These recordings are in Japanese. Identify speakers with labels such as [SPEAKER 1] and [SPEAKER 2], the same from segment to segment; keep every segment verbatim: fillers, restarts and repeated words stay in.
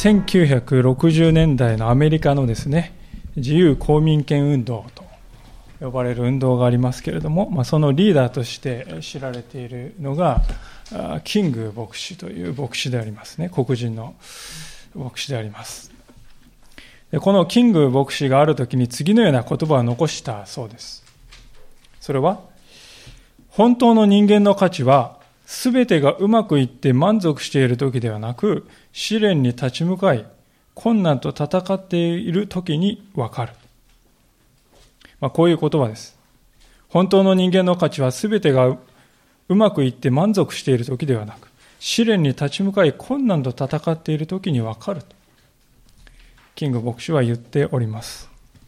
[SPEAKER 1] せんきゅうひゃくろくじゅうねんだいのアメリカのですね、自由公民権運動と呼ばれる運動がありますけれども、まあ、そのリーダーとして知られているのがキング牧師という牧師でありますね。黒人の牧師であります。でこのキング牧師がある時に次のような言葉を残したそうです。それは、本当の人間の価値は全てがうまくいって満足している時ではなく、試練に立ち向かい困難と戦っている時に分かる。まあ、こういう言葉です。本当の人間の価値は全てがうまくいって満足している時ではなく、試練に立ち向かい困難と戦っている時に分かるとキング牧師は言っております。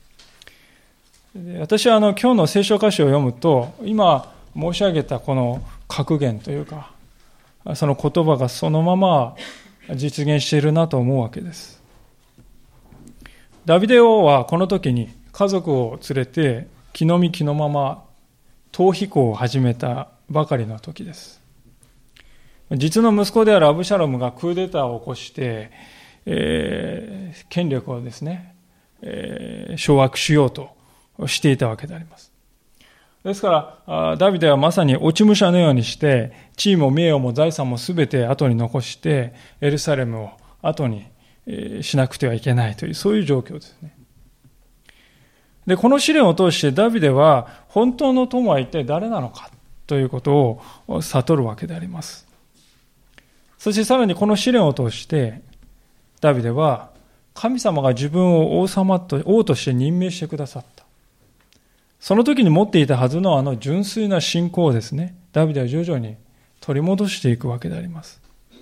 [SPEAKER 1] 私はあの今日の聖書箇所を読むと、今申し上げたこの格言というか、その言葉がそのまま実現しているなと思うわけです。ダビデ王はこの時に家族を連れて気の身気のまま逃避行を始めたばかりの時です。実の息子であるアブシャロムがクーデターを起こして、えー、権力をですね、えー、掌握しようとしていたわけであります。ですからダビデはまさに落ち武者のようにして地位も名誉も財産もすべて後に残してエルサレムを後にしなくてはいけないという、そういう状況ですね。で、この試練を通してダビデは本当の友は一体誰なのかということを悟るわけであります。そしてさらにこの試練を通してダビデは神様が自分を王様と王として任命してくださった、その時に持っていたはずのあの純粋な信仰をですね、ダビデは徐々に取り戻していくわけであります。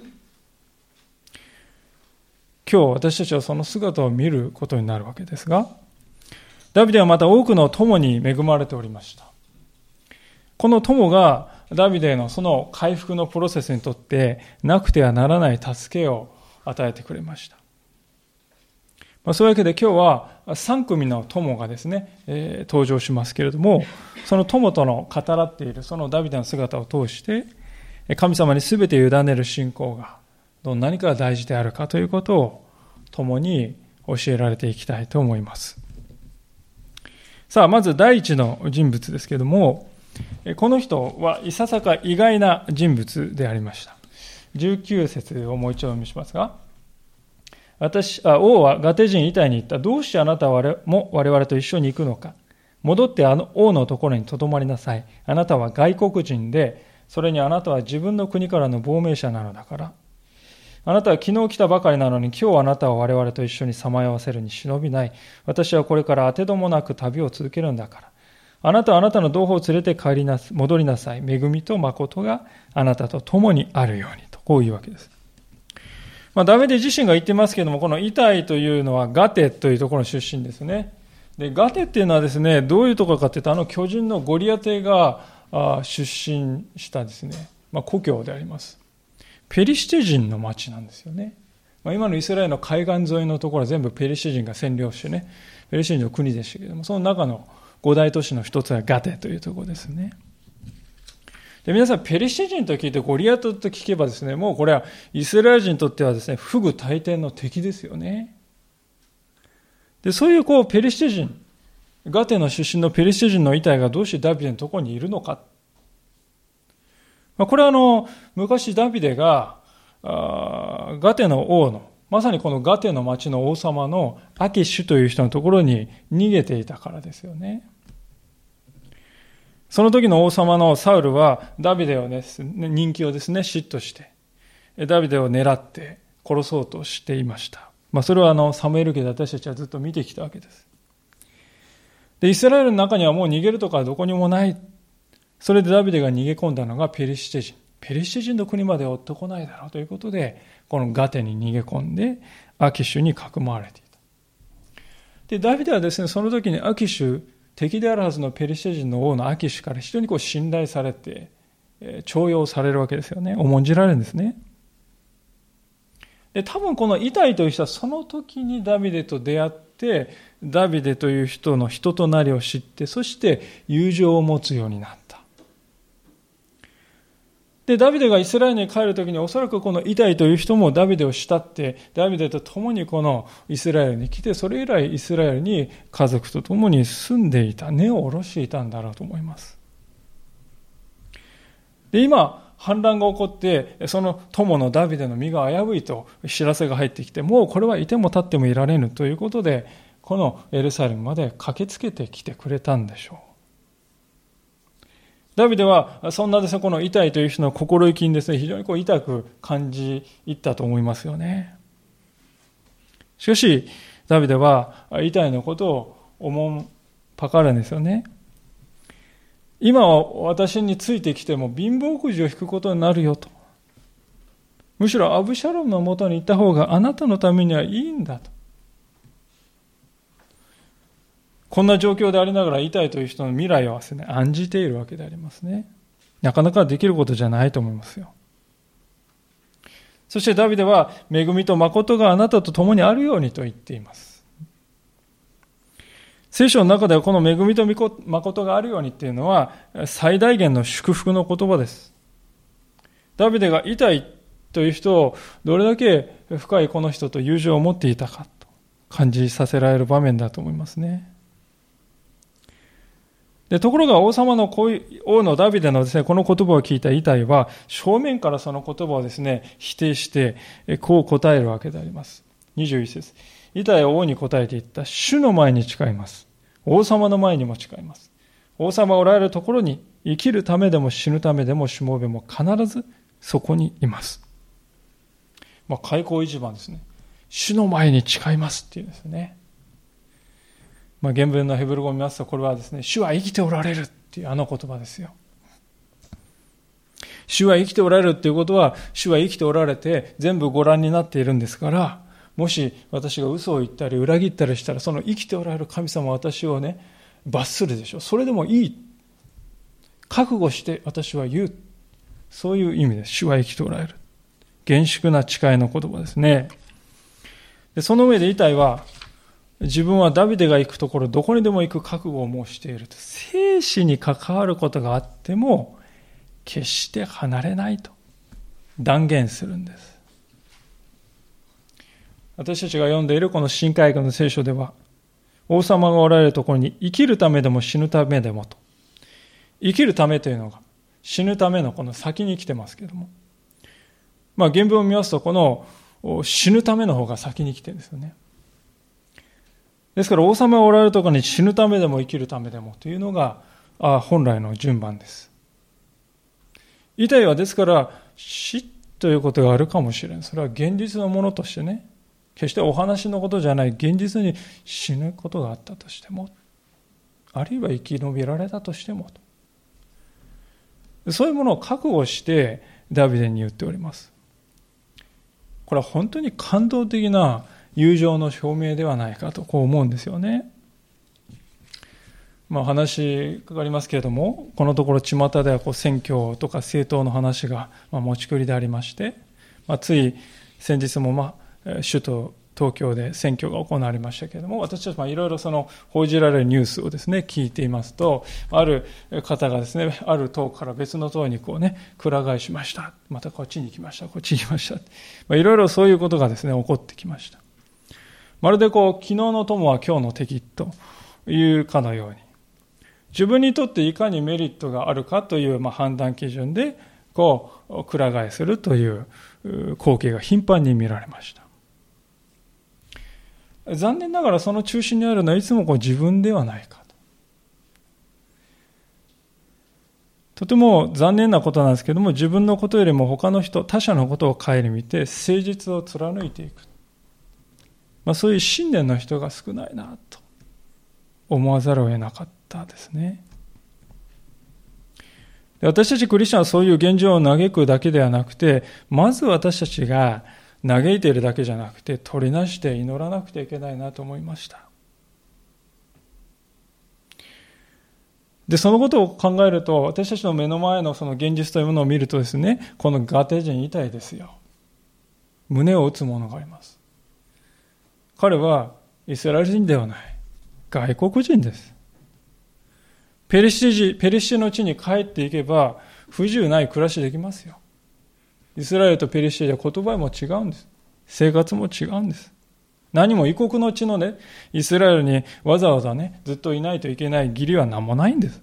[SPEAKER 1] 今日私たちはその姿を見ることになるわけですが、ダビデはまた多くの友に恵まれておりました。この友がダビデのその回復のプロセスにとってなくてはならない助けを与えてくれました。まあ、そういうわけで今日はさん組の友がですね、えー、登場しますけれども、その友との語らっているそのダビデの姿を通して神様に全て委ねる信仰がどんなにか大事であるかということを共に教えられていきたいと思います。さあ、まず第一の人物ですけれども、この人はいささか意外な人物でありました。じゅうきゅう節をもう一度お読みしますが、私あ王はガテ人イタイに言った。どうしてあなたはも我々と一緒に行くのか。戻ってあの王のところにとどまりなさい。あなたは外国人で、それにあなたは自分の国からの亡命者なのだから。あなたは昨日来たばかりなのに、今日あなたは我々と一緒にさまよわせるに忍びない。私はこれから当てどもなく旅を続けるんだから。あなたはあなたの同胞を連れて帰りな戻りなさい。恵みと誠があなたと共にあるようにと、こういうわけです。まあ、ダビデ自身が言ってますけれども、このイタイというのはガテというところの出身ですね。で、ガテっていうのはですね、どういうところかというと、あの巨人のゴリアテが出身したですね、まあ、故郷であります。ペリシテ人の町なんですよね。まあ、今のイスラエルの海岸沿いのところは全部ペリシテ人が占領してね、ペリシテ人の国でしたけれども、その中の五大都市の一つはガテというところですね。で、皆さんペリシテ人と聞いてゴリアテと聞けばですね、もうこれはイスラエル人にとってはですね、不倶戴天の敵ですよね。で、そういうこうペリシテ人、ガテの出身のペリシテ人のイタイがどうしてダビデのところにいるのか。これはあの昔ダビデがガテの王のまさにこのガテの町の王様のアキシュという人のところに逃げていたからですよね。その時の王様のサウルはダビデをね、人気をですね嫉妬してダビデを狙って殺そうとしていました。まあ、それはあのサムエル記で私たちはずっと見てきたわけです。で、イスラエルの中にはもう逃げるとかどこにもない。それでダビデが逃げ込んだのがペリシテ人。ペリシテ人の国まで追ってこないだろうということで、このガテに逃げ込んでアキシュにかくまわれていた。で、ダビデはですね、その時にアキシュ、敵であるはずのペリシテ人の王のアキシュから非常にこう信頼されて、えー、重用されるわけですよね。重んじられるんですね。で、多分このイタイという人はその時にダビデと出会って、ダビデという人の人となりを知って、そして友情を持つようになった。でで、ダビデがイスラエルに帰るときに、おそらくこのイタイという人もダビデを慕って、ダビデと共にこのイスラエルに来て、それ以来イスラエルに家族と共に住んでいた、根を下ろしていたんだろうと思います。で、今、反乱が起こって、その友のダビデの身が危ういと知らせが入ってきて、もうこれはいても立ってもいられぬということで、このエルサレムまで駆けつけてきてくれたんでしょう。ダビデは、そんなですね、このイタイという人の心意気にですね、非常にこう痛く感じ入ったと思いますよね。しかし、ダビデは、イタイのことを思うばかるんですよね。今は私についてきても貧乏くじを引くことになるよと。むしろアブシャロムのもとに行った方があなたのためにはいいんだと。こんな状況でありながらイタイという人の未来をですね、案じているわけでありますね。なかなかできることじゃないと思いますよ。そしてダビデは、恵みと誠があなたと共にあるようにと言っています。聖書の中ではこの恵みと誠があるようにっていうのは、最大限の祝福の言葉です。ダビデがイタイという人をどれだけ深いこの人と友情を持っていたかと感じさせられる場面だと思いますね。でところが王様の王のダビデのですね、この言葉を聞いたイタイは、正面からその言葉をですね、否定して、こう答えるわけであります。にじゅういち節。イタイは王に答えて言った。主の前に誓います。王様の前にも誓います。王様がおられるところに、生きるためでも死ぬためでもしもべも必ずそこにいます。まあ、開口一番ですね。主の前に誓いますっていうんですね。まあ、原文のヘブル語を見ますと、これはですね、主は生きておられるっていうあの言葉ですよ。主は生きておられるっていうことは、主は生きておられて全部ご覧になっているんですから、もし私が嘘を言ったり裏切ったりしたら、その生きておられる神様は私をね、罰するでしょう。それでもいい。覚悟して私は言う。そういう意味です。主は生きておられる。厳粛な誓いの言葉ですね。でその上でイタイは、自分はダビデが行くところ、どこにでも行く覚悟をもうしていると。生死に関わることがあっても、決して離れないと断言するんです。私たちが読んでいるこの新海軍の聖書では、王様がおられるところに生きるためでも死ぬためでもと。生きるためというのが死ぬためのこの先に来てますけれども。まあ原文を見ますと、この死ぬための方が先に来てるんですよね。ですから王様がおられるところに死ぬためでも生きるためでもというのが本来の順番です。イタイはですから死ということがあるかもしれない。それは現実のものとしてね、決してお話のことじゃない現実に死ぬことがあったとしても、あるいは生き延びられたとしてもと、そういうものを覚悟してダビデに言っております。これは本当に感動的な友情の表明ではないかとこう思うんですよね。まあ話かかりますけれども、このところ巷ではこう選挙とか政党の話がまあ持ちくりでありまして、まあ、つい先日もまあ首都東京で選挙が行われましたけれども、私たちはいろいろその報じられるニュースをですね聞いていますと、ある方がですねある党から別の党にこうねくら替えしました、またこっちに行きました、こっちに行きました、まあ、いろいろそういうことがですね起こってきました。まるでこう昨日の友は今日の敵というかのように、自分にとっていかにメリットがあるかというまあ判断基準でこうくら替えするという光景が頻繁に見られました。残念ながらその中心にあるのはいつもこう自分ではないかと。とても残念なことなんですけども、自分のことよりも他の人、他者のことを顧みて誠実を貫いていく。まあ、そういう信念の人が少ないなと思わざるを得なかったですね。私たちクリスチャンはそういう現状を嘆くだけではなくて、まず私たちが嘆いているだけじゃなくて、取りなして祈らなくてはいけないなと思いました。で、そのことを考えると、私たちの目の前のその現実というものを見るとですね、このガテ人イタイですよ。胸を打つものがあります。彼はイスラエル人ではない。外国人です。ペリシテ人、ペリシテの地に帰っていけば不自由ない暮らしできますよ。 イスラエルとペリシテじゃ言葉も違うんです。生活も違うんです。何も異国の地のね、イスラエルにわざわざね、ずっといないといけない義理は何もないんです。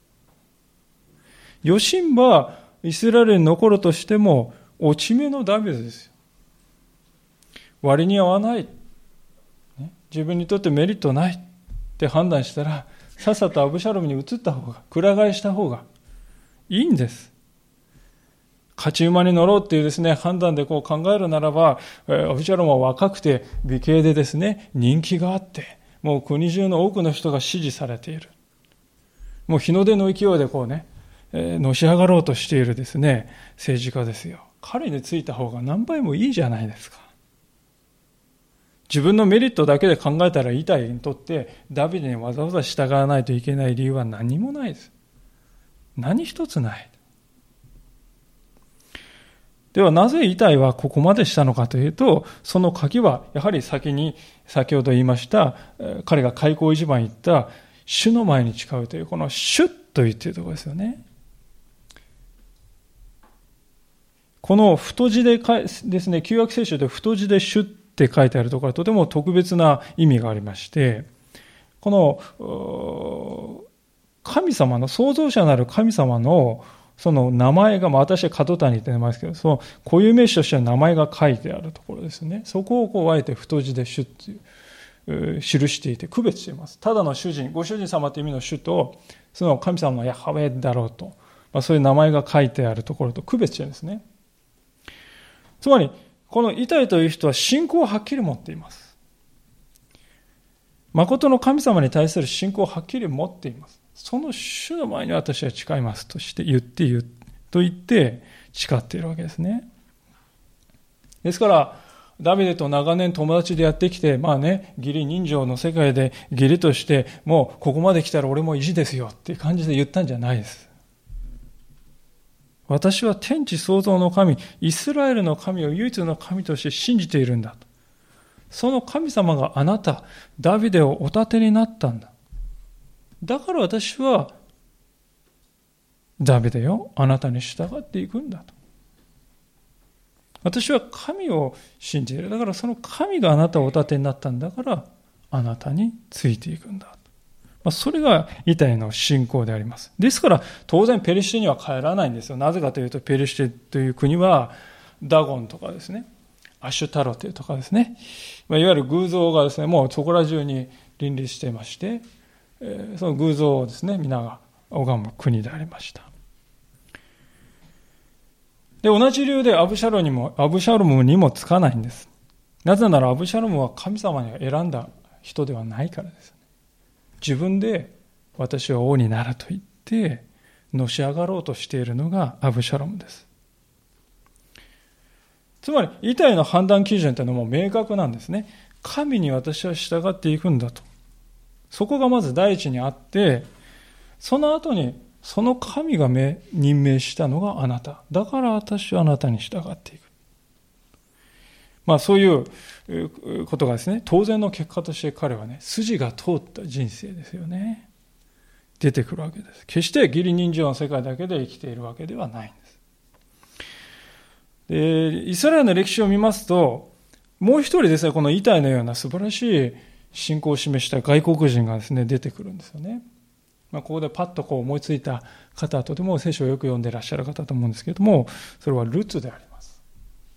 [SPEAKER 1] ヨシンバ、イスラエルに残るとしても、落ち目のダビデですよ。割に合わない。ね、自分にとってメリットないって判断したら、さっさとアブシャロムに移った方が、くら替えした方がいいんです。勝ち馬に乗ろうっていうですね、判断でこう考えるならば、アブシャロムは若くて美形でですね、人気があって、もう国中の多くの人が支持されている。もう日の出の勢いでこうね、えー、のし上がろうとしているですね、政治家ですよ。彼についた方が何倍もいいじゃないですか。自分のメリットだけで考えたらイタイにとってダビデにわざわざ従わないといけない理由は何もないです。何一つない。ではなぜイタイはここまでしたのかというと、その鍵はやはり先に先ほど言いました彼が開口一番言った主の前に誓うというこの主と言っているところですよね。この太字でですね、旧約聖書で太字で主って書いてあるところはとても特別な意味がありまして、この神様の創造者なる神様のその名前が、まあ、私は門谷って言いますけど、その固有名詞としては名前が書いてあるところですね。そこをこうあえて太字で主っていう、記していて区別しています。ただの主人、ご主人様という意味の主と、その神様のヤハウェだろうと、まあ、そういう名前が書いてあるところと区別しているんですね。つまり、このイタイという人は信仰をはっきり持っています。誠の神様に対する信仰をはっきり持っています。その主の前に私は誓いますとして言って言うと言って誓っているわけですね。ですからダビデと長年友達でやってきて、まあね、義理人情の世界で義理としてもうここまで来たら俺も意地ですよっていう感じで言ったんじゃないです。私は天地創造の神、イスラエルの神を唯一の神として信じているんだと。その神様があなた、ダビデをお立てになったんだ。だから私はダビデよ、あなたに従っていくんだと。私は神を信じる。だからその神があなたをお立てになったんだからあなたについていくんだと。まあ、それがイタイの信仰であります。ですから当然ペリシテには帰らないんですよ。なぜかというとペリシテという国はダゴンとかですね、アシュタロテとかですね、いわゆる偶像がですね、もうそこら中に林立していまして、その偶像をですね、皆が拝む国でありました。で、同じ理由でアブシャロにも、アブシャロムにもつかないんです。なぜならアブシャロムは神様に選んだ人ではないからです。自分で私は王になると言ってのし上がろうとしているのがアブシャロムです。つまりイタイの判断基準というのも明確なんですね。神に私は従っていくんだと。そこがまず第一にあって、その後にその神が任命したのがあなた。だから私はあなたに従っていく。まあそういうことがですね、当然の結果として彼はね、筋が通った人生ですよね。出てくるわけです。決して義理人情の世界だけで生きているわけではないんです。で、イスラエルの歴史を見ますと、もう一人ですね、このイタイのような素晴らしい信仰を示した外国人がですね、出てくるんですよね。まあ、ここでパッとこう思いついた方はとても聖書をよく読んでいらっしゃる方と思うんですけれども、それはルツであります。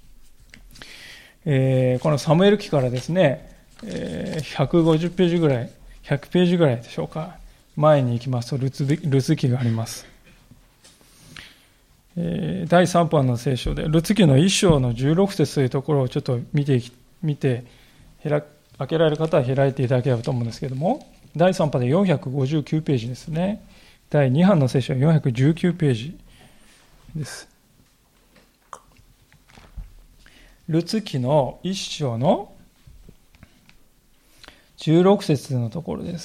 [SPEAKER 1] えー、このサムエル記からですね、えー、ひゃくごじゅっページぐらい、ひゃくページぐらいでしょうか、前に行きますとルツ、ルツ記があります。えー、だいさん版の聖書で、ルツ記のいっ章のじゅうろく節というところをちょっと見て、見て、開開けられる方は開いていただければと思うんですけれども、だいさん版でよんひゃくごじゅうきゅうページですね。だいに版の聖書はよんひゃくじゅうきゅうページです。ルツ記のいっ章のじゅうろく節のところです。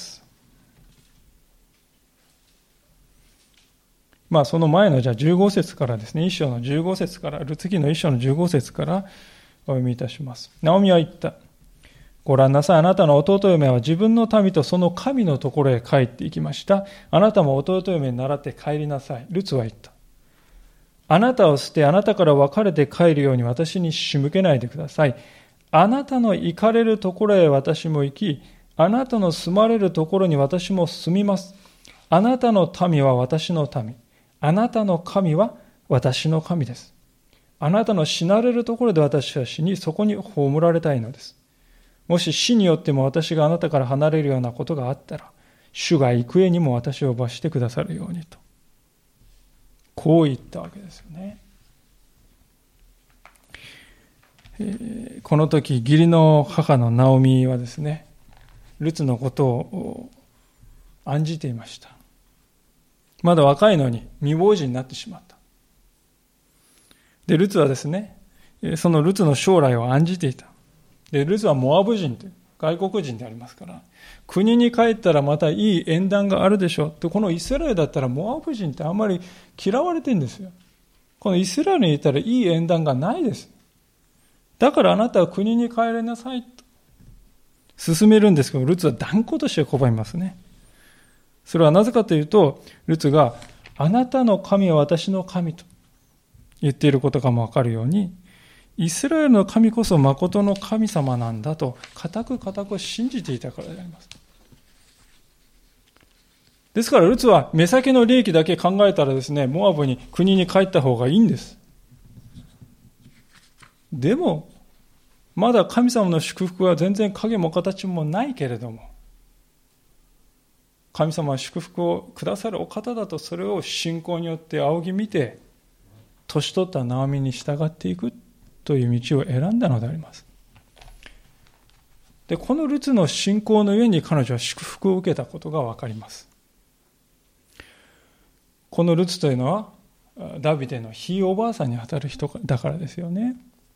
[SPEAKER 1] まあその前のじゃあじゅうご節からですね、いっ章のじゅうご節から、ルツ記のいっ章のじゅうご節からお読みいたします。ナオミは言った。ご覧なさい、あなたの弟嫁は自分の民とその神のところへ帰っていきました。あなたも弟嫁に倣って帰りなさい。ルツは言った。 あなたを捨て、あなたから別れて帰るように私に仕向けないでください。あなたの行かれるところへ私も行き、あなたの住まれるところに私も住みます。あなたの民は私の民。あなたの神は私の神です。あなたの死なれるところで私は死に、そこに葬られたいのです。もし死によっても私があなたから離れるようなことがあったら、主が幾重にも私を罰してくださるようにと。こう言ったわけですよね。えー、この時、義理の母のナオミはですね、ルツのことを案じていました。まだ若いのに未亡人になってしまった。で、ルツはですね、そのルツの将来を案じていた。で、ルツはモアブ人という外国人でありますから、国に帰ったらまたいい縁談があるでしょう。で、このイスラエルだったらモアブ人ってあんまり嫌われてるんですよ。このイスラエルにいたらいい縁談がないです。だからあなたは国に帰りなさいと進めるんですけど、ルツは断固として拒みますね。それはなぜかというと、ルツがあなたの神は私の神と言っていることがもわかるように、イスラエルの神こそ誠の神様なんだと固く固く信じていたからであります。ですからルツは目先の利益だけ考えたらですね、モアブに国に帰った方がいいんです。でもまだ神様の祝福は全然影も形もないけれども、神様は祝福をくださるお方だと、それを信仰によって仰ぎ見て、年取ったナオミに従っていくという道を選んだのであります。で、このルツの信仰の上に彼女は祝福を受けたことがわかります。このルツというのはダビデのひいおばあさんにあたる人だからですよね。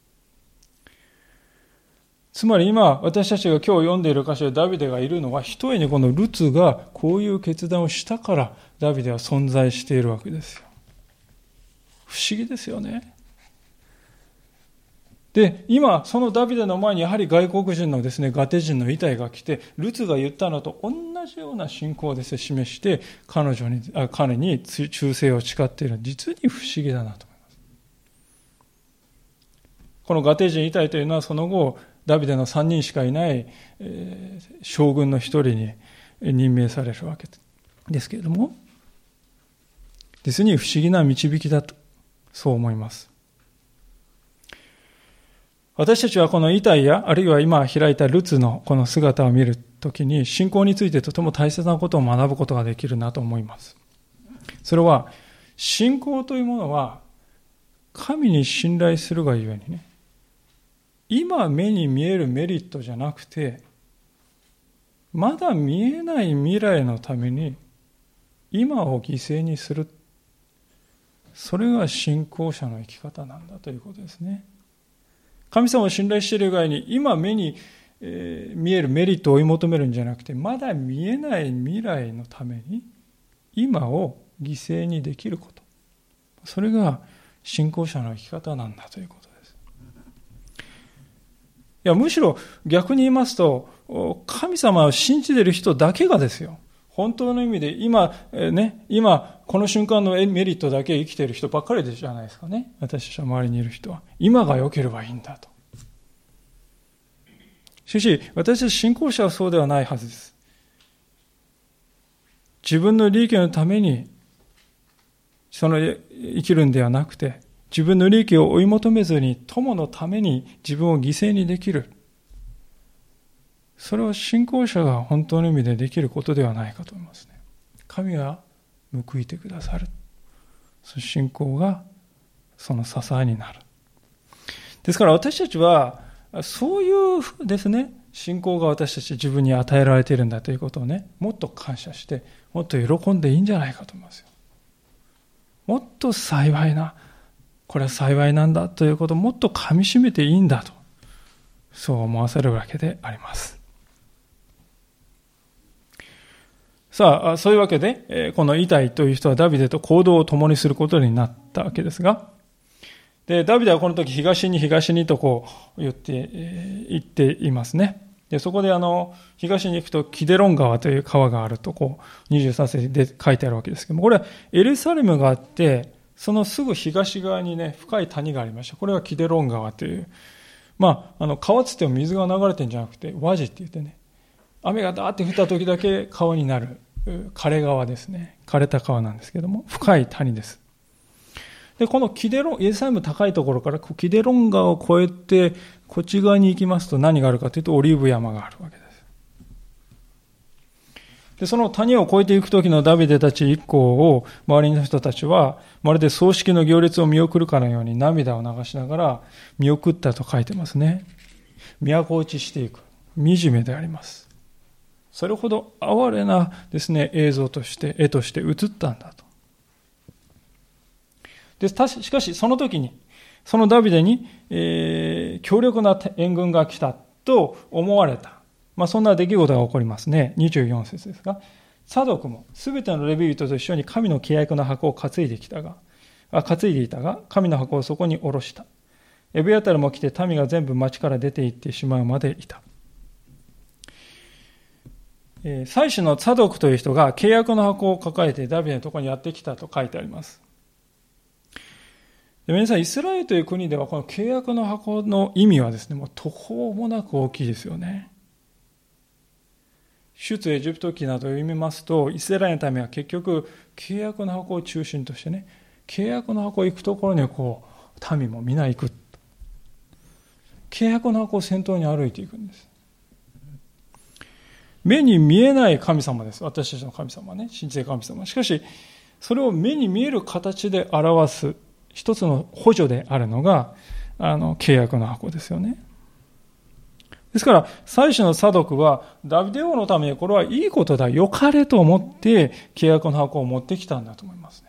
[SPEAKER 1] つまり今私たちが今日読んでいる箇所でダビデがいるのは、ひとえにこのルツがこういう決断をしたからダビデは存在しているわけですよ。不思議ですよね。で、今そのダビデの前にやはり外国人のですね、ガテ人の遺体が来て、ルツが言ったのと同じような信仰をですね、示して彼女にあ彼に忠誠を誓っている。実に不思議だなと思います。このガテ人遺体というのはその後ダビデのさんにんしかいない、えー、将軍の一人に任命されるわけですけれども、実に不思議な導きだと、そう思います。私たちはこの遺体や、あるいは今開いたルツのこの姿を見るときに、信仰についてとても大切なことを学ぶことができるなと思います。それは、信仰というものは、神に信頼するがゆえにね、今目に見えるメリットじゃなくて、まだ見えない未来のために今を犠牲にする、それが信仰者の生き方なんだということですね。神様を信頼している以外に今目に、えー、見えるメリットを追い求めるんじゃなくて、まだ見えない未来のために今を犠牲にできること、それが信仰者の生き方なんだということです。いや、むしろ逆に言いますと、神様を信じている人だけがですよ、本当の意味で今、ね、今この瞬間のメリットだけ生きている人ばっかりじゃないですかね。私たちの周りにいる人は今が良ければいいんだと。しかし私たち信仰者はそうではないはずです。自分の利益のためにその生きるんではなくて、自分の利益を追い求めずに友のために自分を犠牲にできる、それは信仰者が本当の意味でできることではないかと思いますね。神は報いてくださる。その信仰がその支えになる。ですから私たちはそういうですね、信仰が私たち自分に与えられているんだということをね、もっと感謝してもっと喜んでいいんじゃないかと思いますよ。もっと幸いな、これは幸いなんだということをもっと噛み締めていいんだと、そう思わせるわけであります。さあ、そういうわけで、このイタイという人はダビデと行動を共にすることになったわけですが、で、ダビデはこの時東に東にとこう言って、えー、言っていますね。で、そこであの、東に行くとキデロン川という川があるとこう、にじゅうさん節で書いてあるわけですけども、これはエルサレムがあって、 そのすぐ東側にね、深い谷がありました。これはキデロン川という、まあ、あの川つっても水が流れてるんじゃなくて、ワジって言ってね、雨がダーって降った時だけ川になる枯れ川ですね。枯れた川なんですけども、深い谷です。で、このキデロン、エルサレム高いところからキデロン川を越えて、こっち側に行きますと何があるかというと、オリーブ山があるわけです。で、その谷を越えていく時のダビデたち一行を、周りの人たちは、まるで葬式の行列を見送るかのように涙を流しながら見送ったと書いてますね。都落ちしていく。惨めであります。それほど哀れなですね、映像として、絵として映ったんだと。で、しかしその時に、そのダビデに、えー、強力な援軍が来たと思われた。まあそんな出来事が起こりますね。にじゅうよん節ですが、サドクもすべてのレビ人と一緒に神の契約の箱を担いできたが、あ担いでいたが、神の箱をそこに下ろした。エブヤタルも来て民が全部町から出て行ってしまうまでいた。えー、祭司のサドクという人が契約の箱を抱えてダビデのところにやってきたと書いてあります。で皆さん、イスラエルという国ではこの契約の箱の意味はですね、もう途方もなく大きいですよね。出エジプト記などを読みますと、イスラエルの民は結局契約の箱を中心としてね、契約の箱行くところにこう民も皆行く。契約の箱を先頭に歩いていくんです。目に見えない神様です。私たちの神様はね、神聖神様。しかし、それを目に見える形で表す一つの補助であるのが、あの、契約の箱ですよね。ですから、祭司のサドクは、ダビデ王のためにこれはいいことだ、良かれと思って契約の箱を持ってきたんだと思いますね。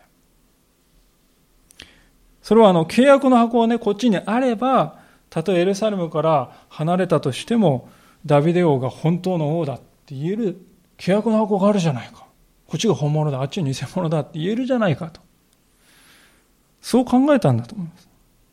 [SPEAKER 1] それはあの、契約の箱はね、こっちにあれば、たとえエルサレムから離れたとしても、ダビデ王が本当の王だって言える契約の箱があるじゃないか。こっちが本物だ、あっちが偽物だって言えるじゃないかと。そう考えたんだと思います。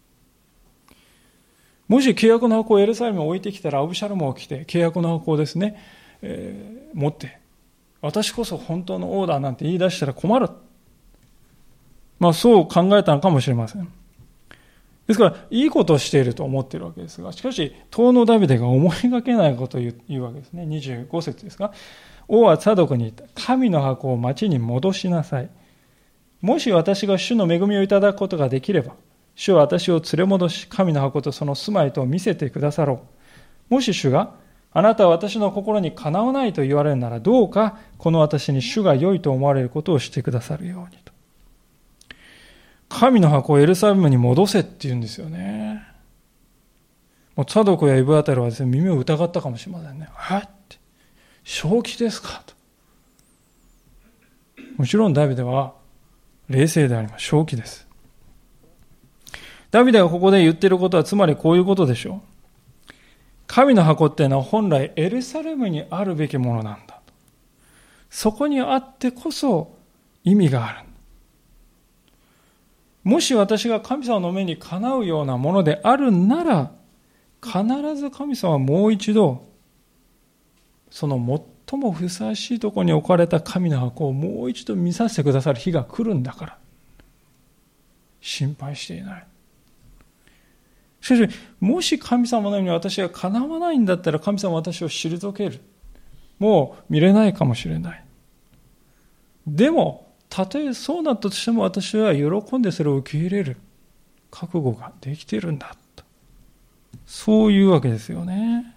[SPEAKER 1] もし契約の箱をエルサレムに置いてきたら、アブシャロムを来て契約の箱をですね、えー、持って、私こそ本当の王だなんて言い出したら困る。まあそう考えたのかもしれません。ですから、いいことをしていると思っているわけですが、しかし、当のダビデが思いがけないことを言う、言うわけですね。にじゅうご節ですが、王はサドクに言った。神の箱を町に戻しなさい。もし私が主の恵みをいただくことができれば、主は私を連れ戻し、神の箱とその住まいと見せてくださろう。もし主が、あなたは私の心にかなわないと言われるなら、どうかこの私に主が良いと思われることをしてくださるようにと。神の箱をエルサレムに戻せって言うんですよね。もうサドクやエブヤタルはですね、耳を疑ったかもしれませんね。はって、正気ですかと。もちろんダビデは冷静であります。正気です。ダビデがここで言っていることはつまりこういうことでしょう。神の箱っていうのは本来エルサレムにあるべきものなんだ。そこにあってこそ意味がある。もし私が神様の目にかなうようなものであるなら、必ず神様はもう一度、その最もふさわしいところに置かれた神の箱をもう一度見させてくださる日が来るんだから、心配していない。しかし、もし神様のように私がかなわないんだったら、神様は私を退ける。もう見れないかもしれない。でも、たとえそうなったとしても私は喜んでそれを受け入れる覚悟ができているんだと。そういうわけですよね。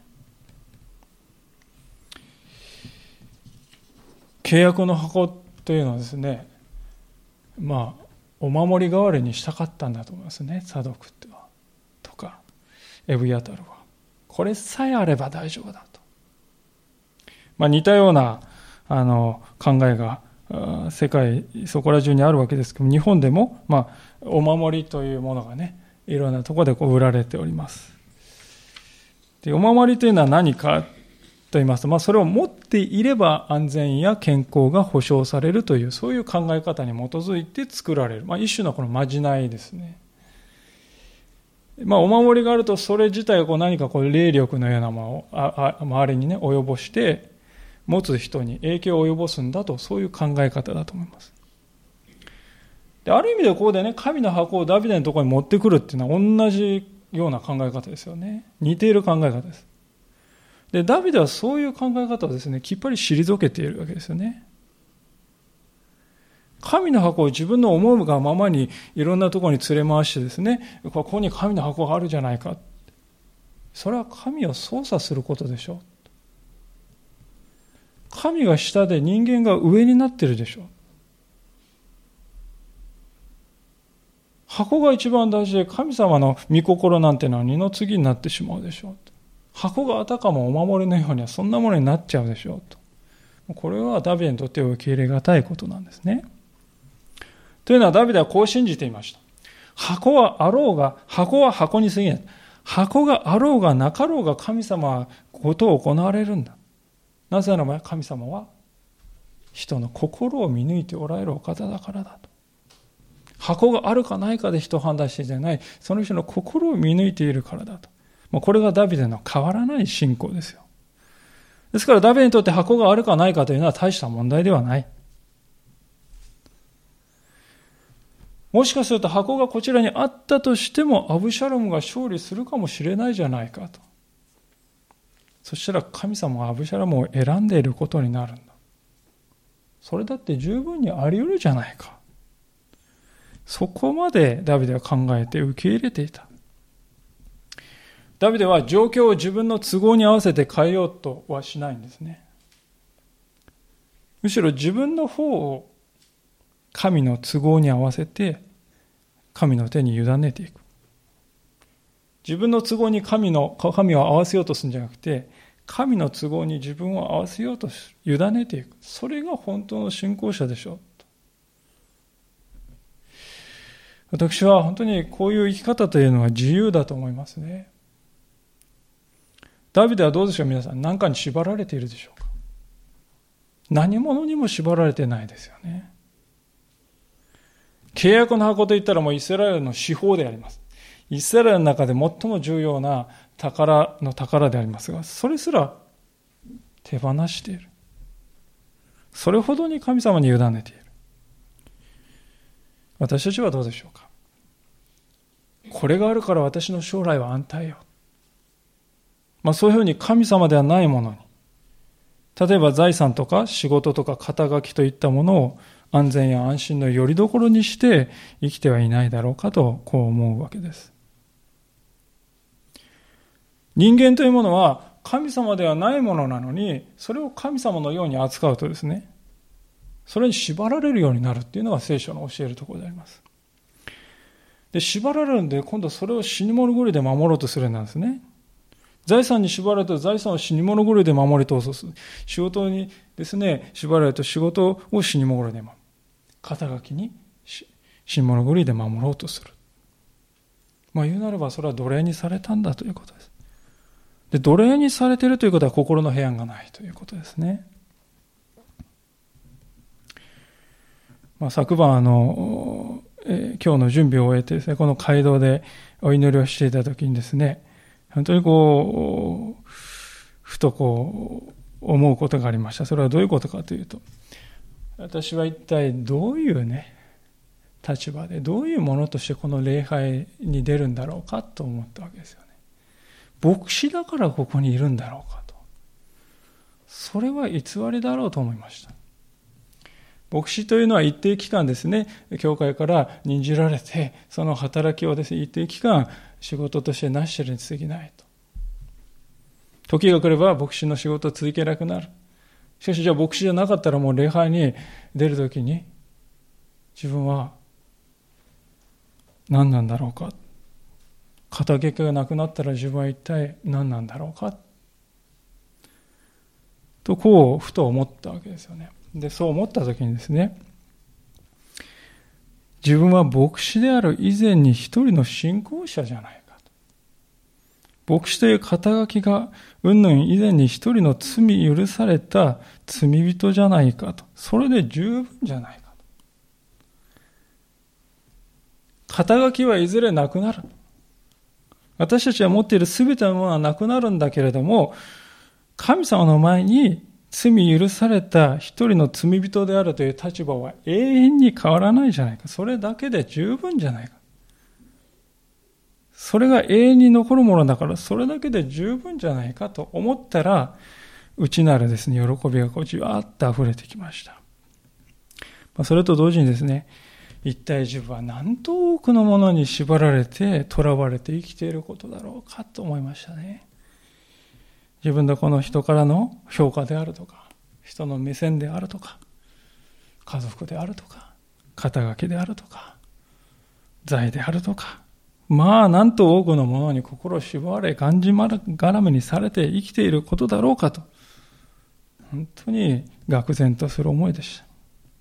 [SPEAKER 1] 契約の箱というのはですね、まあ、お守り代わりにしたかったんだと思いますね。サドクっては。とか、エブヤタルは。これさえあれば大丈夫だと。まあ似たようなあの考えが世界そこら中にあるわけですけども、日本でも、まあ、お守りというものがね、いろんなところでこう売られております。で、お守りというのは何かと言いますと、まあ、それを持っていれば安全や健康が保障されるという、そういう考え方に基づいて作られる、まあ、一種のこのまじないですね。まあ、お守りがあると、それ自体がこう何かこう霊力のようなものをああ周りにね及ぼして持つ人に影響を及ぼすんだと、そういう考え方だと思います。 で、ある意味でここでね、神の箱をダビデのところに持ってくるっていうのは同じような考え方ですよね。似ている考え方です。で、ダビデはそういう考え方をですね、きっぱり退けているわけですよね。神の箱を自分の思うがままにいろんなところに連れ回してですね、ここに神の箱があるじゃないか。それは神を操作することでしょう。神が下で人間が上になっているでしょう。箱が一番大事で、神様の御心なんてのは二の次になってしまうでしょう。箱があたかもお守りのようにはそんなものになっちゃうでしょうと。これはダビデにとって受け入れがたいことなんですね。というのはダビデはこう信じていました。箱はあろうが、箱は箱に過ぎない。箱があろうがなかろうが神様はことを行われるんだ。なぜならば神様は人の心を見抜いておられるお方だからだと。箱があるかないかで人を判断しているんじゃない。その人の心を見抜いているからだと。これがダビデの変わらない信仰ですよ。ですからダビデにとって箱があるかないかというのは大した問題ではない。もしかすると箱がこちらにあったとしてもアブシャロムが勝利するかもしれないじゃないかと。そしたら神様はアブシャロムを選んでいることになるんだ。それだって十分にあり得るじゃないか。そこまでダビデは考えて受け入れていた。ダビデは状況を自分の都合に合わせて変えようとはしないんですね。むしろ自分の方を神の都合に合わせて神の手に委ねていく。自分の都合に神の神を合わせようとするんじゃなくて、神の都合に自分を合わせようと委ねていく。それが本当の信仰者でしょう。私は本当にこういう生き方というのは自由だと思いますね。ダビデはどうでしょう皆さん。何かに縛られているでしょうか。何者にも縛られてないですよね。契約の箱といったらもうイスラエルの至宝であります。イスラエルの中で最も重要な宝の宝でありますが、それすら手放している。それほどに神様に委ねている。私たちはどうでしょうか。これがあるから私の将来は安泰よ。まあそういうふうに神様ではないものに、例えば財産とか仕事とか肩書きといったものを安全や安心の拠り所にして生きてはいないだろうかとこう思うわけです。人間というものは神様ではないものなのに、それを神様のように扱うとですね、それに縛られるようになるっていうのが聖書の教えるところであります。で、縛られるんで今度それを死に物狂いで守ろうとするんですね。財産に縛られると財産を死に物狂いで守り通す。仕事にですね、縛られると仕事を死に物狂いで守る。肩書きに死に物狂いで守ろうとする。まあ言うなればそれは奴隷にされたんだということです。で、奴隷にされているということは心の平安がないということですね。まあ、昨晩あの、えー、今日の準備を終えてですね、この街道でお祈りをしていたときにですね、本当にこうふとこう思うことがありました。それはどういうことかというと、私は一体どういうね立場でどういうものとしてこの礼拝に出るんだろうかと思ったわけですよね。牧師だからここにいるんだろうかと。それは偽りだろうと思いました。牧師というのは一定期間ですね、教会から任じられて、その働きをですね、一定期間仕事としてなしているに過ぎないと。時が来れば牧師の仕事を続けなくなる。しかしじゃあ牧師じゃなかったらもう礼拝に出るときに自分は何なんだろうか。肩書きがなくなったら自分は一体何なんだろうか。とこうふと思ったわけですよね。で、そう思ったときにですね、自分は牧師である以前に一人の信仰者じゃないかと。牧師という肩書きがうんぬん以前に一人の罪許された罪人じゃないかと。それで十分じゃないかと。肩書きはいずれなくなる。私たちが持っているすべてのものはなくなるんだけれども、神様の前に罪許された一人の罪人であるという立場は永遠に変わらないじゃないか。それだけで十分じゃないか。それが永遠に残るものだから、それだけで十分じゃないかと思ったら、内なるですね、喜びがこうじわーっと溢れてきました。それと同時にですね、一体自分は何と多くのものに縛られて、囚われて生きていることだろうかと思いましたね。自分のこの人からの評価であるとか、人の目線であるとか、家族であるとか、肩書きであるとか、財であるとか、まあなんと多くのものに心を縛られ、がんじがらめにされて生きていることだろうかと、本当に愕然とする思いでした。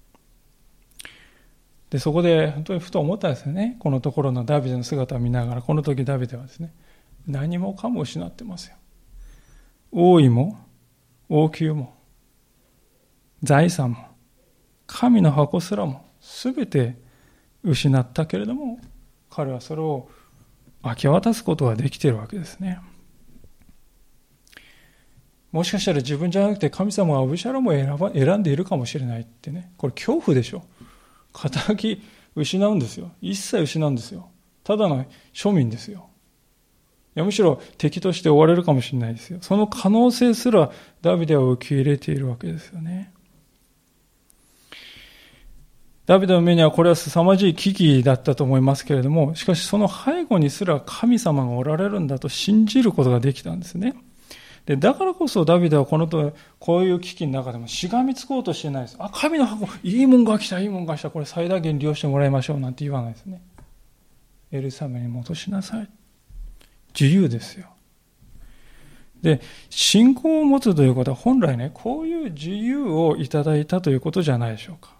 [SPEAKER 1] で、そこで本当にふと思ったんですよね。このところのダビデの姿を見ながら、この時ダビデはですね、何もかも失ってますよ。王位も、王宮も、財産も、神の箱すらも、すべて失ったけれども、彼はそれを明け渡すことができているわけですね。もしかしたら自分じゃなくて神様はアブシャロムを選ば、選んでいるかもしれないってね。これ恐怖でしょ。肩書き失うんですよ。一切失うんですよ。ただの庶民ですよ。いやむしろ敵として追われるかもしれないですよ。その可能性すらダビデは受け入れているわけですよね。ダビデの目にはこれは凄まじい危機だったと思いますけれども、しかしその背後にすら神様がおられるんだと信じることができたんですね。で、だからこそダビデはこのとこういう危機の中でもしがみつこうとしてないです。あ、神の箱、いいもんが来た、いいもんが来た、これ最大限利用してもらいましょうなんて言わないですね。エルサレムに戻しなさい。自由ですよ。で、信仰を持つということは本来ね、こういう自由をいただいたということじゃないでしょうか。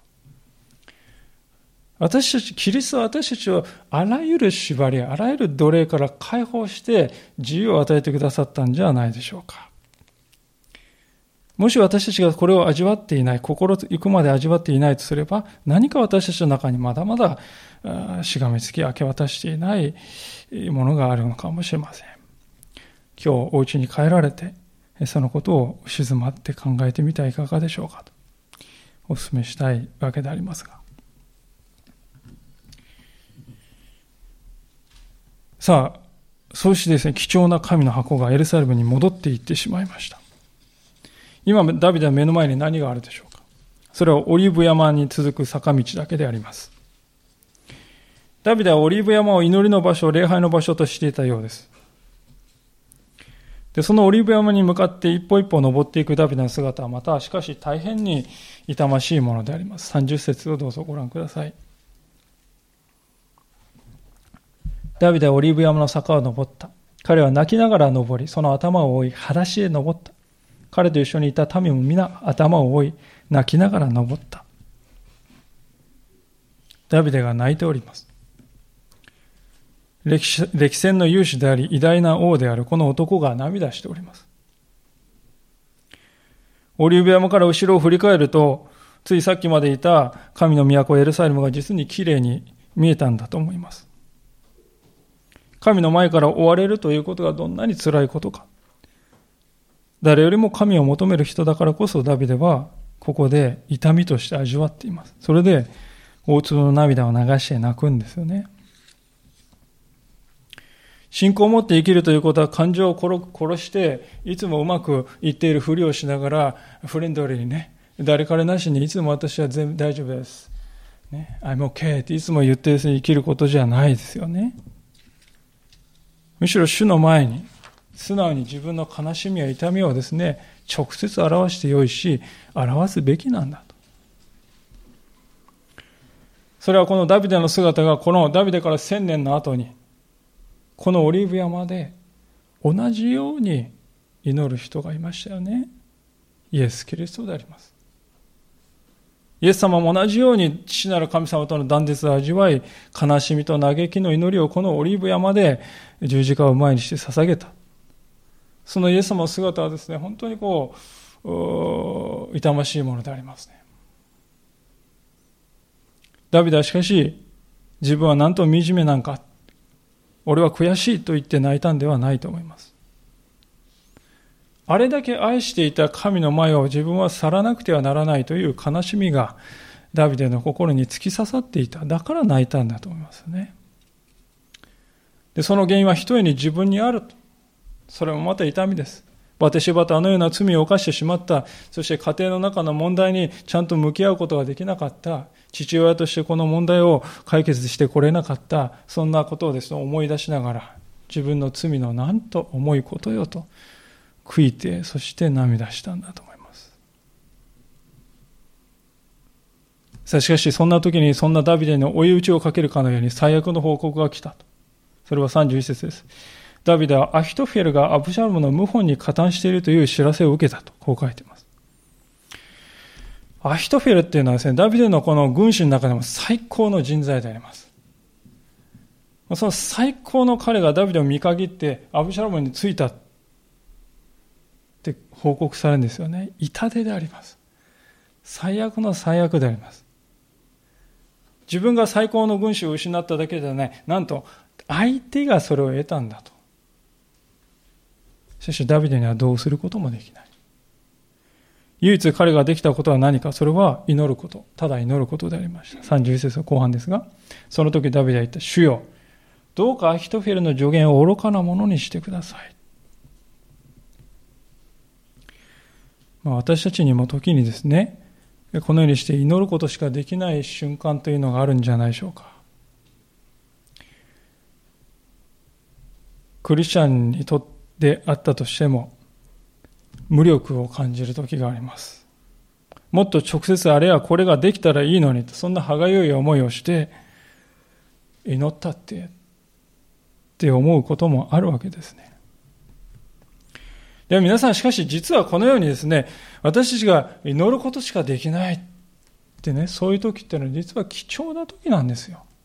[SPEAKER 1] 私たち、キリストは私たちをあらゆる縛り、あらゆる奴隷から解放して自由を与えてくださったんじゃないでしょうか。もし私たちがこれを味わっていない、心行くまで味わっていないとすれば、何か私たちの中にまだまだしがみつき明け渡していないものがあるのかもしれません。今日お家に帰られて、そのことを静まって考えてみてはいかがでしょうかとお勧めしたいわけでありますが。さあ、そうしてですね、貴重な神の箱がエルサレムに戻っていってしまいました。今、ダビデは目の前に何があるでしょうか。それはオリーブ山に続く坂道だけであります。ダビデはオリーブ山を祈りの場所、礼拝の場所としていたようです。で、そのオリーブ山に向かって一歩一歩登っていくダビデの姿はまた、しかし大変に痛ましいものであります。さんじゅっ節をどうぞご覧ください。ダビデはオリーブ山の坂を登った。彼は泣きながら登り、その頭を追い、裸足へ登った。彼と一緒にいた民も皆頭を追い、泣きながら登った。ダビデが泣いております。歴史、歴戦の勇士であり、偉大な王であるこの男が涙しております。オリーブ山から後ろを振り返ると、ついさっきまでいた神の都エルサレムが実にきれいに見えたんだと思います。神の前から追われるということがどんなに辛いことか。誰よりも神を求める人だからこそダビデはここで痛みとして味わっています。それで大粒の涙を流して泣くんですよね。信仰を持って生きるということは感情を殺していつもうまくいっているふりをしながらフレンドリーにね、誰彼なしにいつも私は全部大丈夫です、ね、I'm okay っていつも言って生きることじゃないですよね。むしろ主の前に素直に自分の悲しみや痛みをですね、直接表してよいし、表すべきなんだと。それはこのダビデの姿がこのダビデから千年の後に、このオリーブ山で同じように祈る人がいましたよね。イエス・キリストであります。イエス様も同じように父なる神様との断絶を味わい、悲しみと嘆きの祈りをこのオリーブ山で十字架を前にして捧げた。そのイエス様の姿はですね、本当にこう、痛ましいものでありますね。ダビデはしかし、自分はなんと惨めなんか、俺は悔しいと言って泣いたんではないと思います。 あれだけ愛していた神の前を自分は去らなくてはならないという悲しみがダビデの心に突き刺さっていた。だから泣いたんだと思いますね。で、その原因はひとえに自分にあると。それもまた痛みです。バテシバとあのような罪を犯してしまった。そして家庭の中の問題にちゃんと向き合うことができなかった。父親としてこの問題を解決してこれなかった。そんなことをですね、思い出しながら、自分の罪のなんと重いことよと悔いて、そして涙したんだと思います。さあしかしそんな時にそんなダビデに追い打ちをかけるかのように最悪の報告が来たと。それはさんじゅういっ節です。ダビデはアヒトフェルがアブシャロムの謀反に加担しているという知らせを受けたと、こう書いています。アヒトフェルっていうのはですね、ダビデのこの軍師の中でも最高の人材であります。その最高の彼がダビデを見限ってアブシャロムについたって報告されるんですよね。痛手であります。最悪の最悪であります。自分が最高の軍師を失っただけではない、なんと相手がそれを得たんだと。しかしダビデにはどうすることもできない。唯一彼ができたことは何か、それは祈ること、ただ祈ることでありました。さんじゅういっ節の後半ですが、その時ダビデは言った。主よ、どうかアヒトフェルの助言を愚かなものにしてください。まあ、私たちにも時にですね、このようにして祈ることしかできない瞬間というのがあるんじゃないでしょうか。クリスチャンにとってであったとしても無力を感じる時があります。もっと直接あれやこれができたらいいのにと、そんな歯がゆい思いをして祈ったってって思うこともあるわけですね。では皆さん、しかし実はこのようにですね、私たちが祈ることしかできないってね、そういう時っていうのは実は貴重な時なんですよ。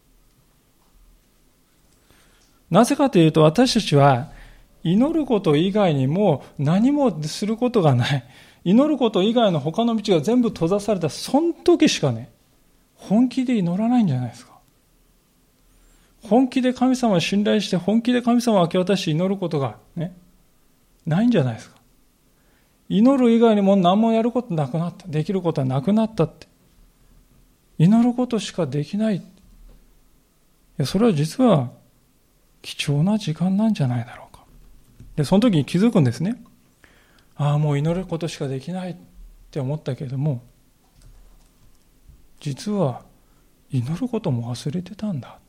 [SPEAKER 1] なぜかというと、私たちは祈ること以外にも何もすることがない。祈ること以外の他の道が全部閉ざされた、その時しかね、本気で祈らないんじゃないですか。本気で神様を信頼して、本気で神様を明け渡して祈ることがね、ないんじゃないですか。祈る以外にも何もやることなくなった。できることはなくなったって。祈ることしかできない。いや、それは実は貴重な時間なんじゃないだろうか。で、その時に気づくんですね。ああ、もう祈ることしかできないって思ったけれども、実は祈ることも忘れてたんだって。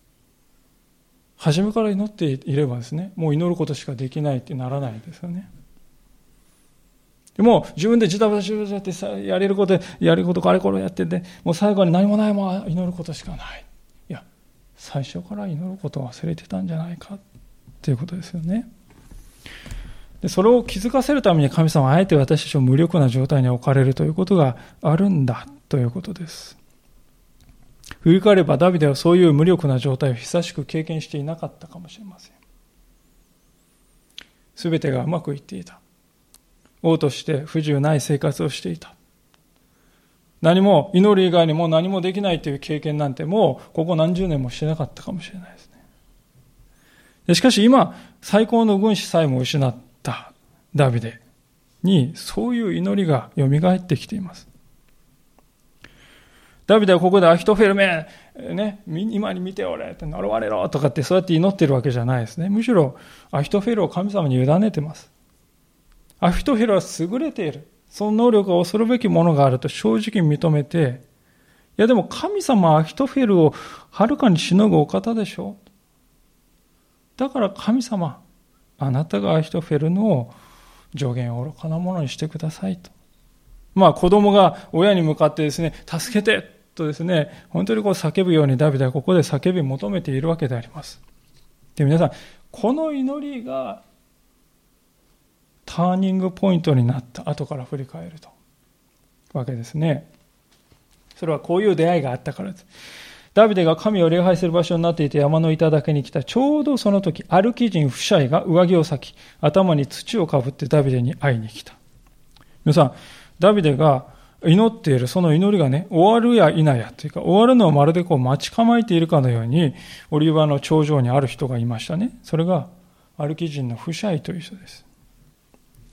[SPEAKER 1] 初めから祈っていればですね、もう祈ることしかできないってならないですよね。でも自分でジタバタジタバタってさ、やれること、やることかあれこれやってて、もう最後に何もないまま祈ることしかない。いや、最初から祈ることを忘れてたんじゃないかっていうことですよね。で、それを気づかせるために神様はあえて私たちを無力な状態に置かれるということがあるんだということです。振り返ればダビデはそういう無力な状態を久しく経験していなかったかもしれません。すべてがうまくいっていた。王として不自由ない生活をしていた。何も祈る以外にも何もできないという経験なんてもうここ何十年もしてなかったかもしれないですね。でしかし今最高の軍師さえも失ったダビデにそういう祈りがよみがえってきています。ダビデはここでアヒトフェルめ、ね、今に見ておれって呪われろとかってそうやって祈ってるわけじゃないですね。むしろアヒトフェルを神様に委ねてます。アヒトフェルは優れている。その能力が恐るべきものがあると正直認めて、いやでも神様はアヒトフェルをはるかにしのぐお方でしょう。だから神様、あなたがアヒトフェルの助言を愚かなものにしてくださいと。まあ子供が親に向かってですね、助けてとですね、本当にこう叫ぶようにダビデはここで叫び求めているわけであります。で、皆さん、この祈りがターニングポイントになった後から振り返るとわけですね。それはこういう出会いがあったからです。ダビデが神を礼拝する場所になっていて山の頂に来たちょうどその時、アルキ人フシャイが上着を裂き頭に土をかぶってダビデに会いに来た。皆さん、ダビデが祈っているその祈りがね、終わるや否やというか、終わるのをまるでこう待ち構えているかのようにオリーブの頂上にある人がいましたね。それがアルキ人のフシャイという人です。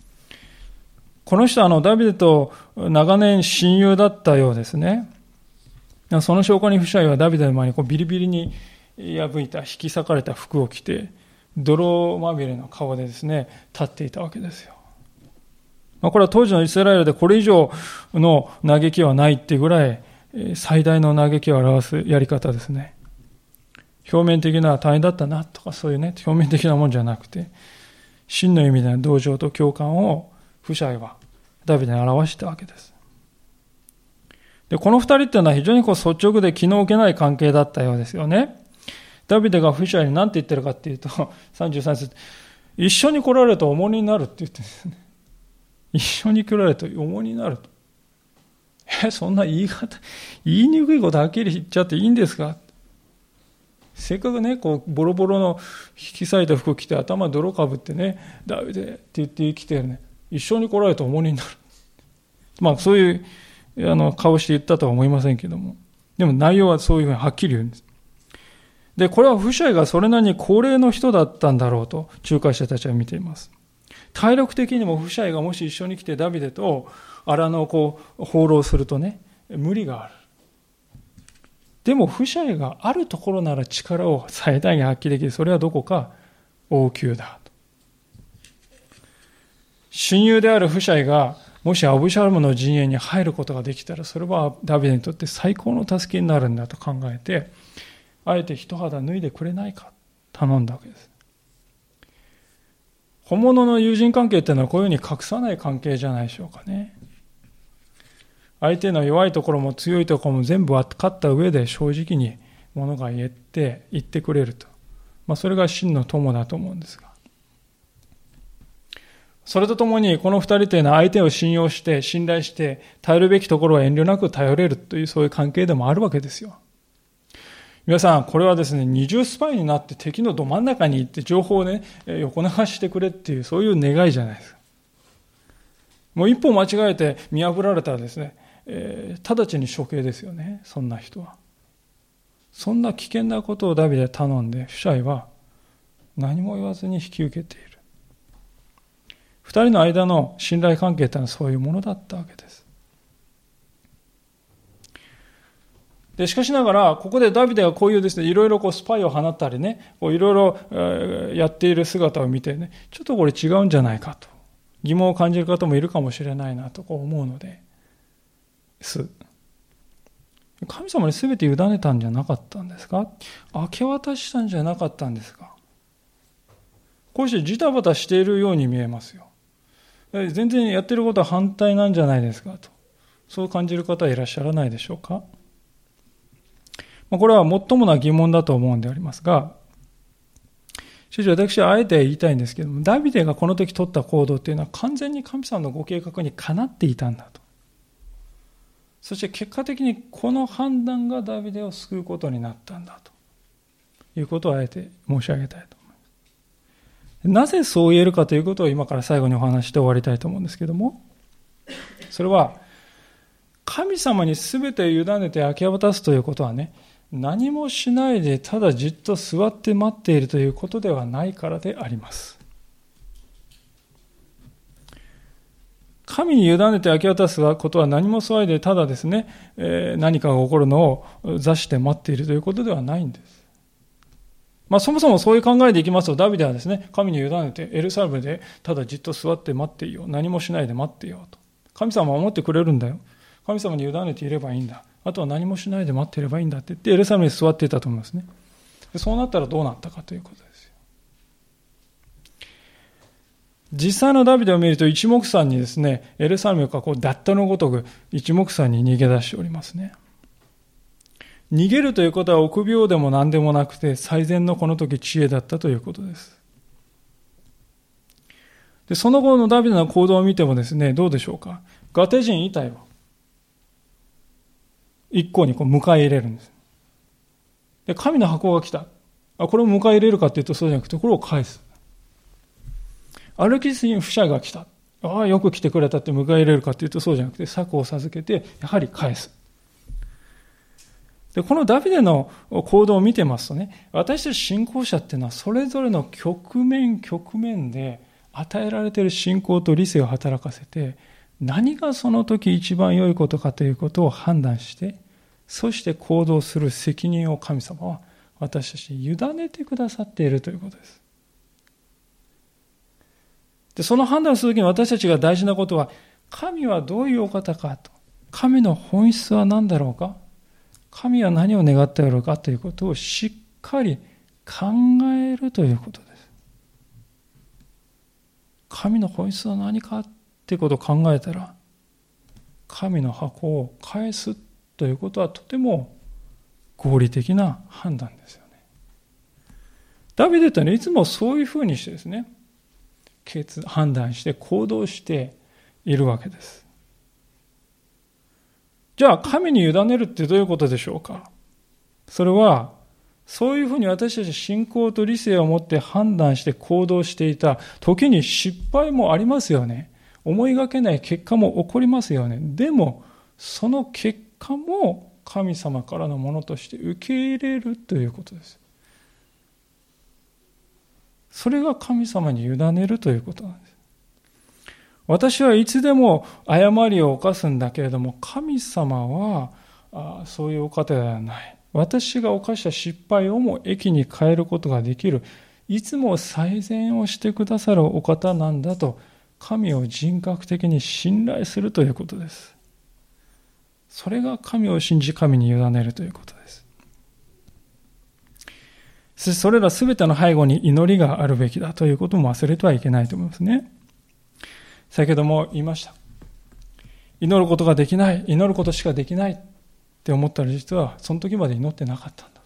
[SPEAKER 1] この人はあのダビデと長年親友だったようですね。その証拠にフシャイはダビデの前にこうビリビリに破いた引き裂かれた服を着て泥まみれの顔でですね立っていたわけですよ。これは当時のイスラエルでこれ以上の嘆きはないっていうぐらい最大の嘆きを表すやり方ですね。表面的な大変だったなとかそういうね表面的なもんじゃなくて、真の意味での同情と共感をフシャイはダビデに表したわけです。で、この二人っていうのは非常にこう率直で気の置けない関係だったようですよね。ダビデがフシャイに何て言ってるかっていうと、さんじゅうさん節、一緒に来られると重荷になるって言ってるんですね。一緒に来られると重荷になると。え、そんな言い方、言いにくいことはっきり言っちゃっていいんですか？せっかくね、こう、ボロボロの引き裂いた服着て頭泥かぶってね、ダビデって言って生きてるね。一緒に来られると重荷になる。まあそういうあの顔して言ったとは思いませんけども。でも内容はそういうふうにはっきり言うんです。で、これはフシャイがそれなりに高齢の人だったんだろうと仲介者たちは見ています。体力的にもフシャイがもし一緒に来てダビデと荒野をこう放浪するとね、無理がある。でもフシャイがあるところなら力を最大限発揮できる。それはどこか王宮だと。親友であるフシャイがもしアブシャロムの陣営に入ることができたら、それはダビデにとって最高の助けになるんだと考えて、あえて一肌脱いでくれないか頼んだわけです。本物の友人関係っていうのはこういうふうに隠さない関係じゃないでしょうかね。相手の弱いところも強いところも全部分かった上で正直にものが言って言ってくれると、まあ、それが真の友だと思うんですが、それとともにこの二人というのは相手を信用して信頼して頼るべきところは遠慮なく頼れるというそういう関係でもあるわけですよ。皆さん、これはですね、二重スパイになって敵のど真ん中に行って情報をね、横流してくれっていうそういう願いじゃないですか。もう一歩間違えて見破られたらですね、えー、直ちに処刑ですよね、そんな人は。そんな危険なことをダビデ頼んで、フシャイは何も言わずに引き受けている。二人の間の信頼関係というのはそういうものだったわけです。でしかしながら、ここでダビデがこういうですね、いろいろこうスパイを放ったりね、こういろいろ、えー、やっている姿を見てね、ちょっとこれ違うんじゃないかと疑問を感じる方もいるかもしれないなとこう思うのです。神様に全て委ねたんじゃなかったんですか？明け渡したんじゃなかったんですか？こうしてジタバタしているように見えますよ。全然やってることは反対なんじゃないですかと、そう感じる方はいらっしゃらないでしょうか？これは最もな疑問だと思うんでありますが、しかし私はあえて言いたいんですけども、ダビデがこの時取った行動というのは完全に神様のご計画にかなっていたんだと。そして結果的にこの判断がダビデを救うことになったんだということをあえて申し上げたいと思います。なぜそう言えるかということを今から最後にお話して終わりたいと思うんですけども、それは神様に全て委ねて明け渡すということはね、何もしないでただじっと座って待っているということではないからであります。神に委ねて明け渡すことは何も騒いでただですね、えー、何かが起こるのを座して待っているということではないんです。まあそもそもそういう考えでいきますと、ダビデはですね、神に委ねてエルサレムでただじっと座って待っていよう。何もしないで待っていようと。神様は守ってくれるんだよ。神様に委ねていればいいんだ。あとは何もしないで待っていればいいんだって言ってエルサレムに座っていたと思いますね。でそうなったらどうなったかということですよ。実際のダビデを見ると一目散にですね、エルサレムがこうダッタのごとく一目散に逃げ出しておりますね。逃げるということは臆病でも何でもなくて最善のこの時知恵だったということです。でその後のダビデの行動を見てもですね、どうでしょうか。ガテ人イタイを一向にこう迎え入れるんです。で神の箱が来た。あ、これを迎え入れるかというとそうじゃなくて、これを返す。アルキスにフシャイが来た。ああ、よく来てくれたって迎え入れるかというとそうじゃなくて、策を授けてやはり返す。でこのダビデの行動を見てますとね、私たち信仰者っていうのはそれぞれの局面局面で与えられている信仰と理性を働かせて、 何がその時一番良いことかということを判断して、そして行動する責任を神様は私たちに委ねてくださっているということです。で、その判断をするときに私たちが大事なことは、神はどういうお方かと、神の本質は何だろうか、神は何を願っておるかということをしっかり考えるということです。神の本質は何かということを考えたら、神の箱を返すということはとても合理的な判断ですよね。ダビデというのはいつもそういうふうにしてですね、決判断して行動しているわけです。じゃあ神に委ねるってどういうことでしょうか。それはそういうふうに私たち信仰と理性を持って判断して行動していた時に失敗もありますよね。思いがけない結果も起こりますよね。でもその結果も神様からのものとして受け入れるということです。それが神様に委ねるということなんです。私はいつでも誤りを犯すんだけれども、神様はあそういうお方ではない。私が犯した失敗をも益に変えることができる。いつも最善をしてくださるお方なんだと、神を人格的に信頼するということです。それが神を信じ神に委ねるということです。そしてそれらすべての背後に祈りがあるべきだということも忘れてはいけないと思いますね。先ほども言いました。祈ることができない、祈ることしかできないって思ったら実はその時まで祈ってなかったんだと。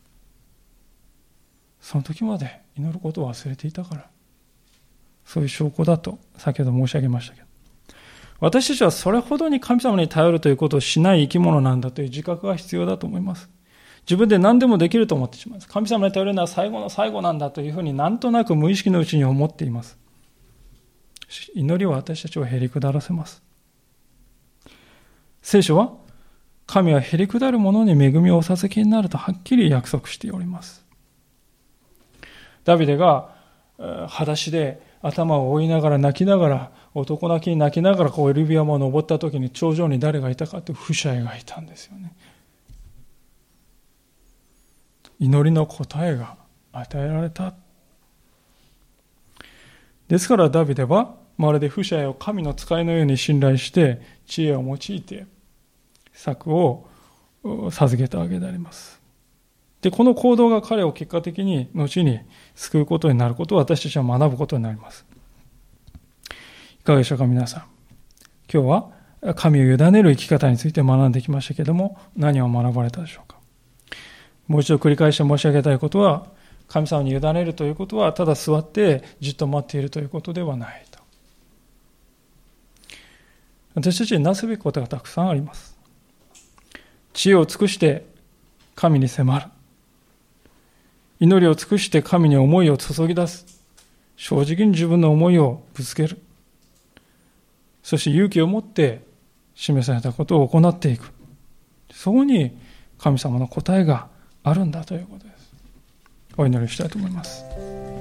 [SPEAKER 1] その時まで祈ることを忘れていたから。そういう証拠だと先ほど申し上げましたけど。私たちはそれほどに神様に頼るということをしない生き物なんだという自覚が必要だと思います。自分で何でもできると思ってしまいます。神様に頼るのは最後の最後なんだというふうになんとなく無意識のうちに思っています。祈りは私たちをへり下らせます。聖書は神はへり下る者に恵みをお授けになるとはっきり約束しております。ダビデが裸足で頭を覆いながら泣きながら男泣きに泣きながらこうエルビア山を登った時に頂上に誰がいたかというフシャイがいたんですよね。祈りの答えが与えられた。ですからダビデはまるでフシャイを神の使いのように信頼して知恵を用いて策を授けたわけであります。で、この行動が彼を結果的に後に救うことになることを私たちは学ぶことになります。いかがでしょうか皆さん。今日は神を委ねる生き方について学んできましたけれども、何を学ばれたでしょうか。もう一度繰り返して申し上げたいことは、神様に委ねるということはただ座ってじっと待っているということではないと。私たちになすべきことがたくさんあります。知恵を尽くして神に迫る。祈りを尽くして神に思いを注ぎ出す。正直に自分の思いをぶつける。そして勇気を持って示されたことを行っていく。そこに神様の答えがあるんだということです。お祈りしたいと思います。